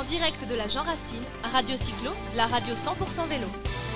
direct de la Jean Racine, Radio Cyclo, la radio 100% vélo.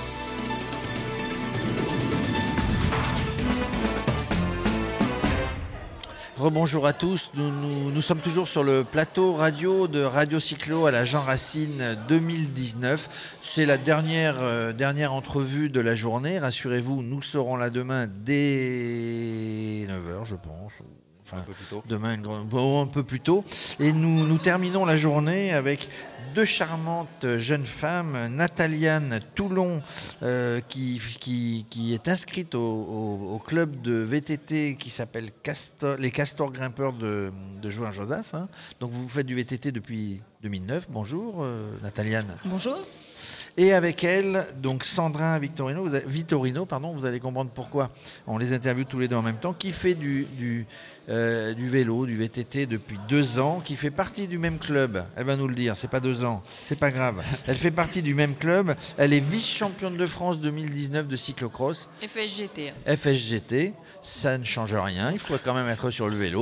Rebonjour à tous, nous sommes toujours sur le plateau radio de Radio Cyclo à la Jean Racine 2019. C'est la dernière entrevue de la journée. Rassurez-vous, nous serons là demain dès 9h, je pense. Enfin, un peu plus tôt. Demain, un peu plus tôt. Et nous terminons la journée avec deux charmantes jeunes femmes, Nataliane Toulon, qui est inscrite au club de VTT qui s'appelle les Castors Grimpeurs de Jouin-Josas. Hein. Donc vous faites du VTT depuis 2009. Bonjour Nataliane. Bonjour. Et avec elle, donc Sandra Vittorino, vous allez comprendre pourquoi on les interviewe tous les deux en même temps, qui fait du vélo, du VTT depuis 2 ans, qui fait partie du même club. Elle va nous le dire, c'est pas 2 ans, c'est pas grave. Elle fait partie du même club. Elle est vice-championne de France 2019 de cyclocross. FSGT, ça ne change rien, il faut quand même être sur le vélo.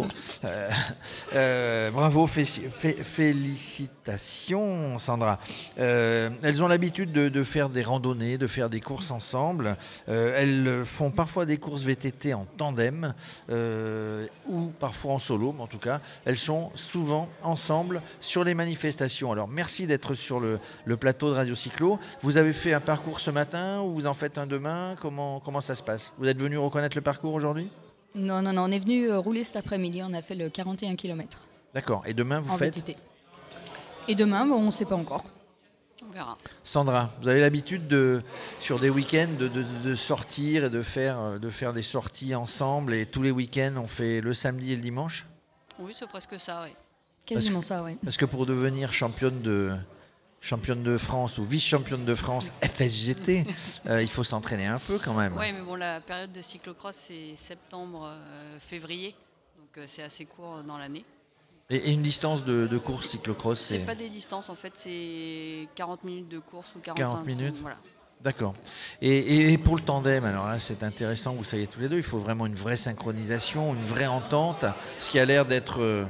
Bravo, félicitations Sandra. Elles ont l'habitude de faire des randonnées, de faire des courses ensemble. Elles font parfois des courses VTT en tandem ou parfois en solo, mais en tout cas, elles sont souvent ensemble sur les manifestations. Alors, merci d'être sur le plateau de Radio Cyclo. Vous avez fait un parcours ce matin ou vous en faites un demain ? Comment ça se passe ? Vous êtes venu reconnaître le parcours aujourd'hui ? Non, on est venu rouler cet après-midi. On a fait le 41 km. D'accord. Et demain, vous faites VTT. Et demain, on ne sait pas encore. On verra. Sandra, vous avez l'habitude sur des week-ends de sortir et de faire des sorties ensemble, et tous les week-ends on fait le samedi et le dimanche ? Oui, c'est presque ça, oui. Quasiment ça, oui. Parce que pour devenir championne de France ou vice-championne de France FSGT, il faut s'entraîner un peu quand même. Oui, mais bon, la période de cyclocross c'est septembre-février, donc c'est assez court dans l'année. Et une distance de course cyclocross, c'est pas des distances, en fait, c'est 40 minutes de course ou 40 minutes. Voilà. D'accord. Et pour le tandem, alors là c'est intéressant, vous savez tous les deux, il faut vraiment une vraie synchronisation, une vraie entente, ce qui a l'air d'être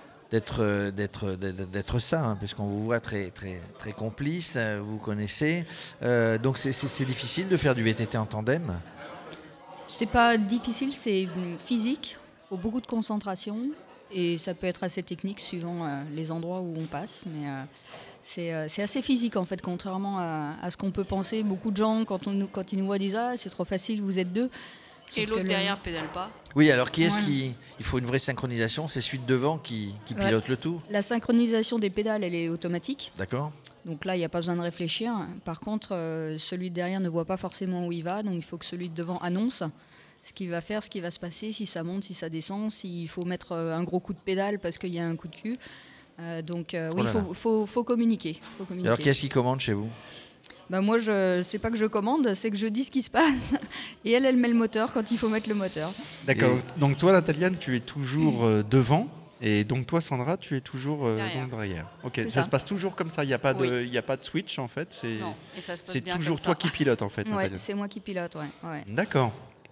ça, hein, puisqu'on vous voit très, très, très complices, vous connaissez. Donc c'est difficile de faire du VTT en tandem ? C'est pas difficile, c'est physique, il faut beaucoup de concentration. Et ça peut être assez technique suivant les endroits où on passe, mais c'est assez physique en fait, contrairement à ce qu'on peut penser. Beaucoup de gens, quand ils nous voient, disent « Ah, c'est trop facile, vous êtes deux ». Et l'autre derrière pédale pas. Oui, alors qui est-ce qui... Il faut une vraie synchronisation, c'est celui de devant qui pilote le tout. La synchronisation des pédales, elle est automatique. D'accord. Donc là, il n'y a pas besoin de réfléchir. Par contre, celui de derrière ne voit pas forcément où il va, donc il faut que celui de devant annonce ce qu'il va faire, ce qui va se passer, si ça monte, si ça descend, s'il faut mettre un gros coup de pédale parce qu'il y a un coup de cul. Oui, il faut communiquer. Alors, qui est-ce qui commande chez vous ? Moi, c'est pas que je commande, c'est que je dis ce qui se passe. Et elle met le moteur quand il faut mettre le moteur. D'accord. Donc toi, Nataliane, tu es toujours devant. Et donc toi, Sandra, tu es toujours derrière. Ok. Ça se passe toujours comme ça. Il n'y a pas de switch en fait. C'est toujours toi qui pilotes en fait. Ouais, c'est moi qui pilote. Ouais. D'accord.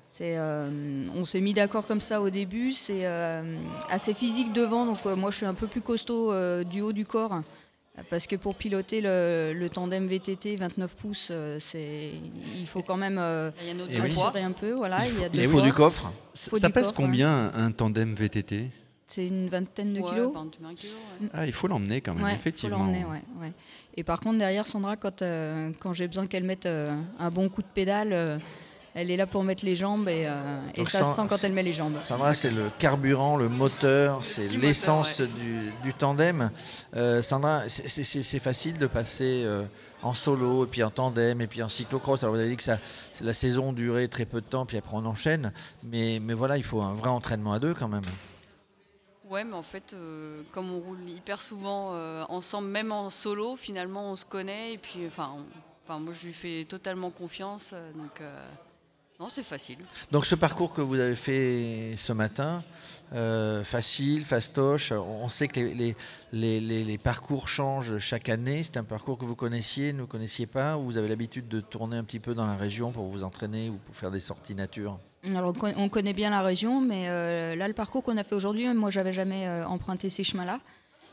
On s'est mis d'accord comme ça au début, c'est assez physique devant, donc moi je suis un peu plus costaud du haut du corps, parce que pour piloter le tandem VTT 29 pouces, il faut quand même assurer un peu. Voilà, il faut du coffre. Ça pèse combien un tandem VTT ? C'est une vingtaine de kilos. 21 kilos, ouais. Ah, il faut l'emmener quand même, effectivement. Il faut l'emmener, ouais. Et par contre, derrière Sandra, quand j'ai besoin qu'elle mette un bon coup de pédale... Elle est là pour mettre les jambes et ça se sent quand elle met les jambes. Sandra, c'est le carburant, le moteur, c'est l'essence du tandem. Sandra, c'est facile de passer en solo, et puis en tandem, et puis en cyclocross. Alors vous avez dit que la saison durait très peu de temps, puis après on enchaîne. Mais voilà, il faut un vrai entraînement à deux quand même. Ouais, mais en fait, comme on roule hyper souvent ensemble, même en solo, finalement on se connaît. Et puis, moi je lui fais totalement confiance. Non, c'est facile. Donc ce parcours que vous avez fait ce matin, facile, fastoche, on sait que les parcours changent chaque année. C'est un parcours que vous connaissiez, ne vous connaissiez pas, ou vous avez l'habitude de tourner un petit peu dans la région pour vous entraîner ou pour faire des sorties nature ? Alors on connaît bien la région, mais là le parcours qu'on a fait aujourd'hui, moi j'avais jamais emprunté ces chemins-là.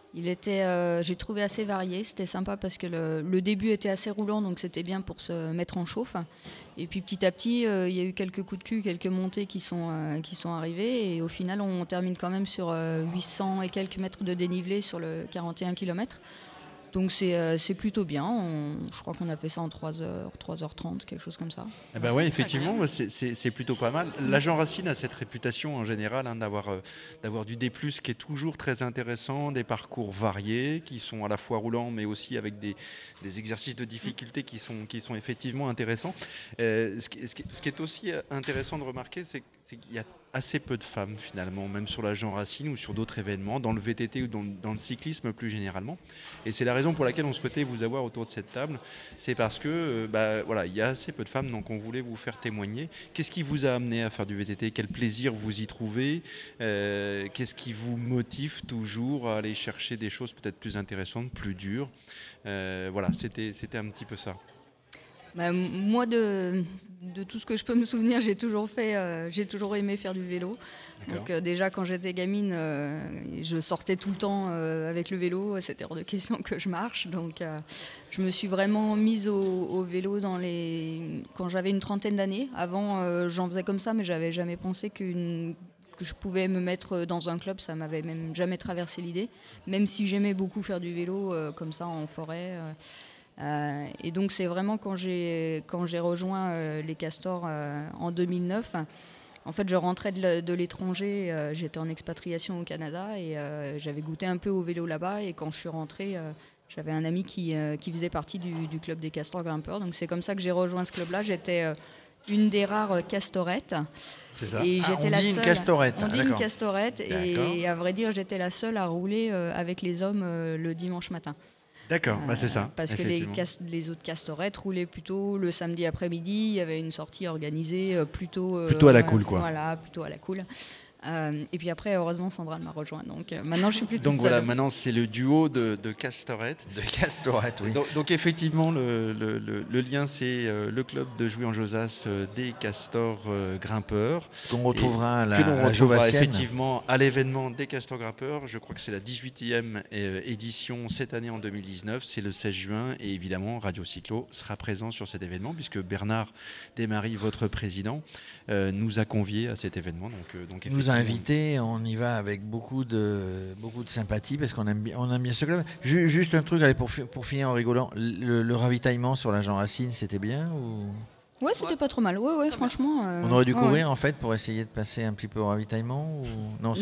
J'ai trouvé assez varié, c'était sympa parce que le début était assez roulant, donc c'était bien pour se mettre en chauffe. Et puis petit à petit, il y a eu quelques coups de cul, quelques montées qui sont arrivées. Et au final, on termine quand même sur 800 et quelques mètres de dénivelé sur le 41 km. Donc c'est plutôt bien. Je crois qu'on a fait ça en 3h30, quelque chose comme ça. Eh ben ouais, effectivement, c'est plutôt pas mal. La Jean Racine a cette réputation en général d'avoir du D+, qui est toujours très intéressant, des parcours variés qui sont à la fois roulants, mais aussi avec des exercices de difficulté qui sont effectivement intéressants. Ce qui est aussi intéressant de remarquer, c'est qu'il y a assez peu de femmes finalement, même sur la Jean Racine ou sur d'autres événements, dans le VTT ou dans le cyclisme plus généralement. Et c'est la raison pour laquelle on souhaitait vous avoir autour de cette table. C'est parce que il y a assez peu de femmes, donc on voulait vous faire témoigner. Qu'est-ce qui vous a amené à faire du VTT ? Quel plaisir vous y trouvez ? Qu'est-ce qui vous motive toujours à aller chercher des choses peut-être plus intéressantes, plus dures ? C'était un petit peu ça. Moi, de tout ce que je peux me souvenir, j'ai toujours aimé faire du vélo. Donc déjà quand j'étais gamine, je sortais tout le temps avec le vélo, c'était hors de question que je marche. Donc je me suis vraiment mise au vélo quand j'avais une trentaine d'années. Avant, j'en faisais comme ça, mais j'avais jamais pensé que je pouvais me mettre dans un club, ça m'avait même jamais traversé l'idée. Même si j'aimais beaucoup faire du vélo comme ça en forêt. Et donc c'est vraiment quand j'ai rejoint les Castors en 2009. En fait, je rentrais de l'étranger, j'étais en expatriation au Canada et j'avais goûté un peu au vélo là-bas. Et quand je suis rentrée, j'avais un ami qui faisait partie du club des Castors grimpeurs. Donc c'est comme ça que j'ai rejoint ce club-là. J'étais une des rares castorettes. C'est ça. Et j'étais on la dit seule. Une castorette. On dit D'accord. une castorette. Et à vrai dire, j'étais la seule à rouler avec les hommes le dimanche matin. D'accord, c'est ça. Parce que les autres castorettes roulaient plutôt le samedi après-midi. Il y avait une sortie organisée plutôt à la cool, quoi. Voilà, plutôt à la cool. Et puis après, heureusement, Sandra m'a rejoint. Donc maintenant, je suis plus toute seule. Donc voilà, maintenant, c'est le duo de castorettes. De castorettes, oui. Donc effectivement, le lien, c'est le club de Jouy-en-Josas des Castors grimpeurs. Qu'on retrouvera à la retrouvera Jovassienne. effectivement à l'événement des Castors grimpeurs. Je crois que c'est la 18e édition cette année en 2019. C'est le 16 juin. Et évidemment, Radio Cyclo sera présent sur cet événement puisque Bernard Desmaries, votre président, nous a conviés à cet événement. Donc nous a invités, on y va avec beaucoup de sympathie parce qu'on aime bien ce club. Juste un truc, allez, pour finir en rigolant, le ravitaillement sur la Jean Racine, c'était bien ou... Ouais, c'était pas trop mal. Ouais, franchement. On aurait dû courir en fait pour essayer de passer un petit peu au ravitaillement ou... Non,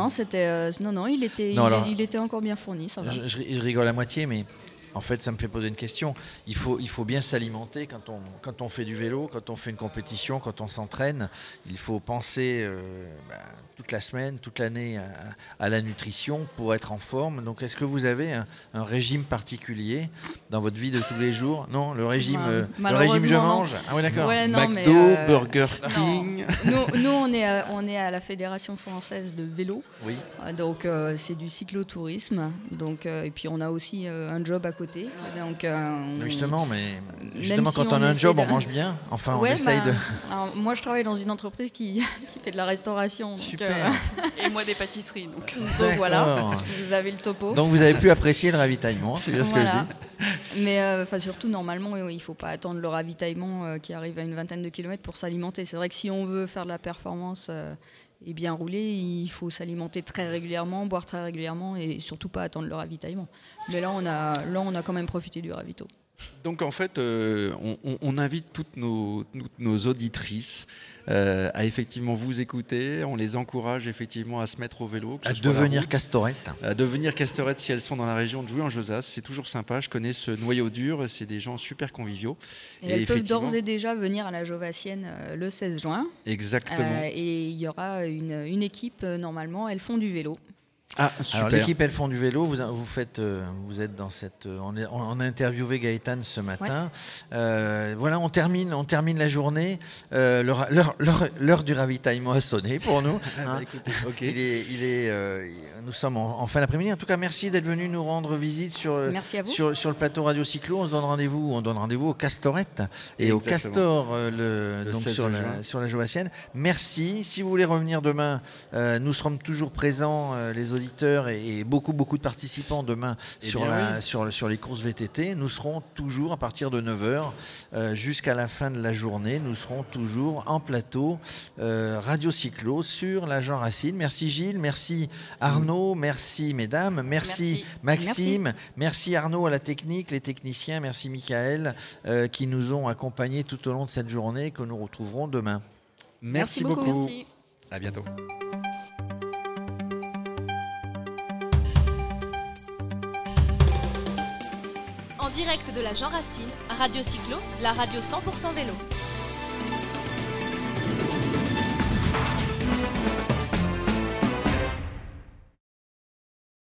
il était encore bien fourni, ça va. Je rigole à moitié, mais en fait, ça me fait poser une question. Il faut bien s'alimenter quand on fait du vélo, quand on fait une compétition, quand on s'entraîne. Il faut penser toute la semaine, toute l'année à la nutrition pour être en forme. Donc, est-ce que vous avez un régime particulier dans votre vie de tous les jours ? Non, le régime je mange. Ah oui, d'accord. Ouais, McDo, Burger King. Nous, on est à la Fédération française de vélo. Oui. Donc, c'est du cyclotourisme. Donc, et puis, on a aussi un job à côté. Donc, justement, si quand on a un job, on mange bien. Enfin, on essaye de... Alors, moi, je travaille dans une entreprise qui fait de la restauration. Super. Et moi, des pâtisseries. Donc voilà, vous avez le topo. Donc, vous avez pu apprécier le ravitaillement, c'est bien ce que je dis. Mais surtout, normalement, il ne faut pas attendre le ravitaillement qui arrive à une vingtaine de kilomètres pour s'alimenter. C'est vrai que si on veut faire de la performance... et bien rouler, il faut s'alimenter très régulièrement, boire très régulièrement et surtout pas attendre le ravitaillement. Mais là, on a quand même profité du ravito. Donc en fait, on invite toutes nos auditrices à effectivement vous écouter. On les encourage effectivement à se mettre au vélo. À devenir castorettes. À devenir castorettes si elles sont dans la région de Jouy-en-Josas. C'est toujours sympa. Je connais ce noyau dur. C'est des gens super conviviaux. Et elles peuvent d'ores et déjà venir à la Jovassienne le 16 juin. Exactement. Et il y aura une équipe, normalement. Elles font du vélo. Ah, super. Alors l'équipe Elles font du vélo, vous êtes dans cette... On a interviewé Gaëtan ce matin. Ouais. Voilà, on termine la journée. L'heure du ravitaillement a sonné pour nous. Écoutez, okay. Nous sommes en fin d'après-midi. En tout cas, merci d'être venu nous rendre visite sur le plateau Radio Cyclo. On donne rendez-vous aux Castorettes et aux Castors sur la Jovassienne. Merci. Si vous voulez revenir demain, nous serons toujours présents, les auditeurs auditeurs et beaucoup de participants demain sur les courses VTT. Nous serons toujours à partir de 9h jusqu'à la fin de la journée. Nous serons toujours en plateau Radio Cyclo sur la Jean Racine. Merci Gilles, merci Arnaud, merci mesdames, merci Maxime, merci Arnaud à la technique, les techniciens, merci Michael qui nous ont accompagnés tout au long de cette journée que nous retrouverons demain. Merci beaucoup. Merci. À bientôt. En direct de la Jean Racine, Radio Cyclo, la radio 100% vélo.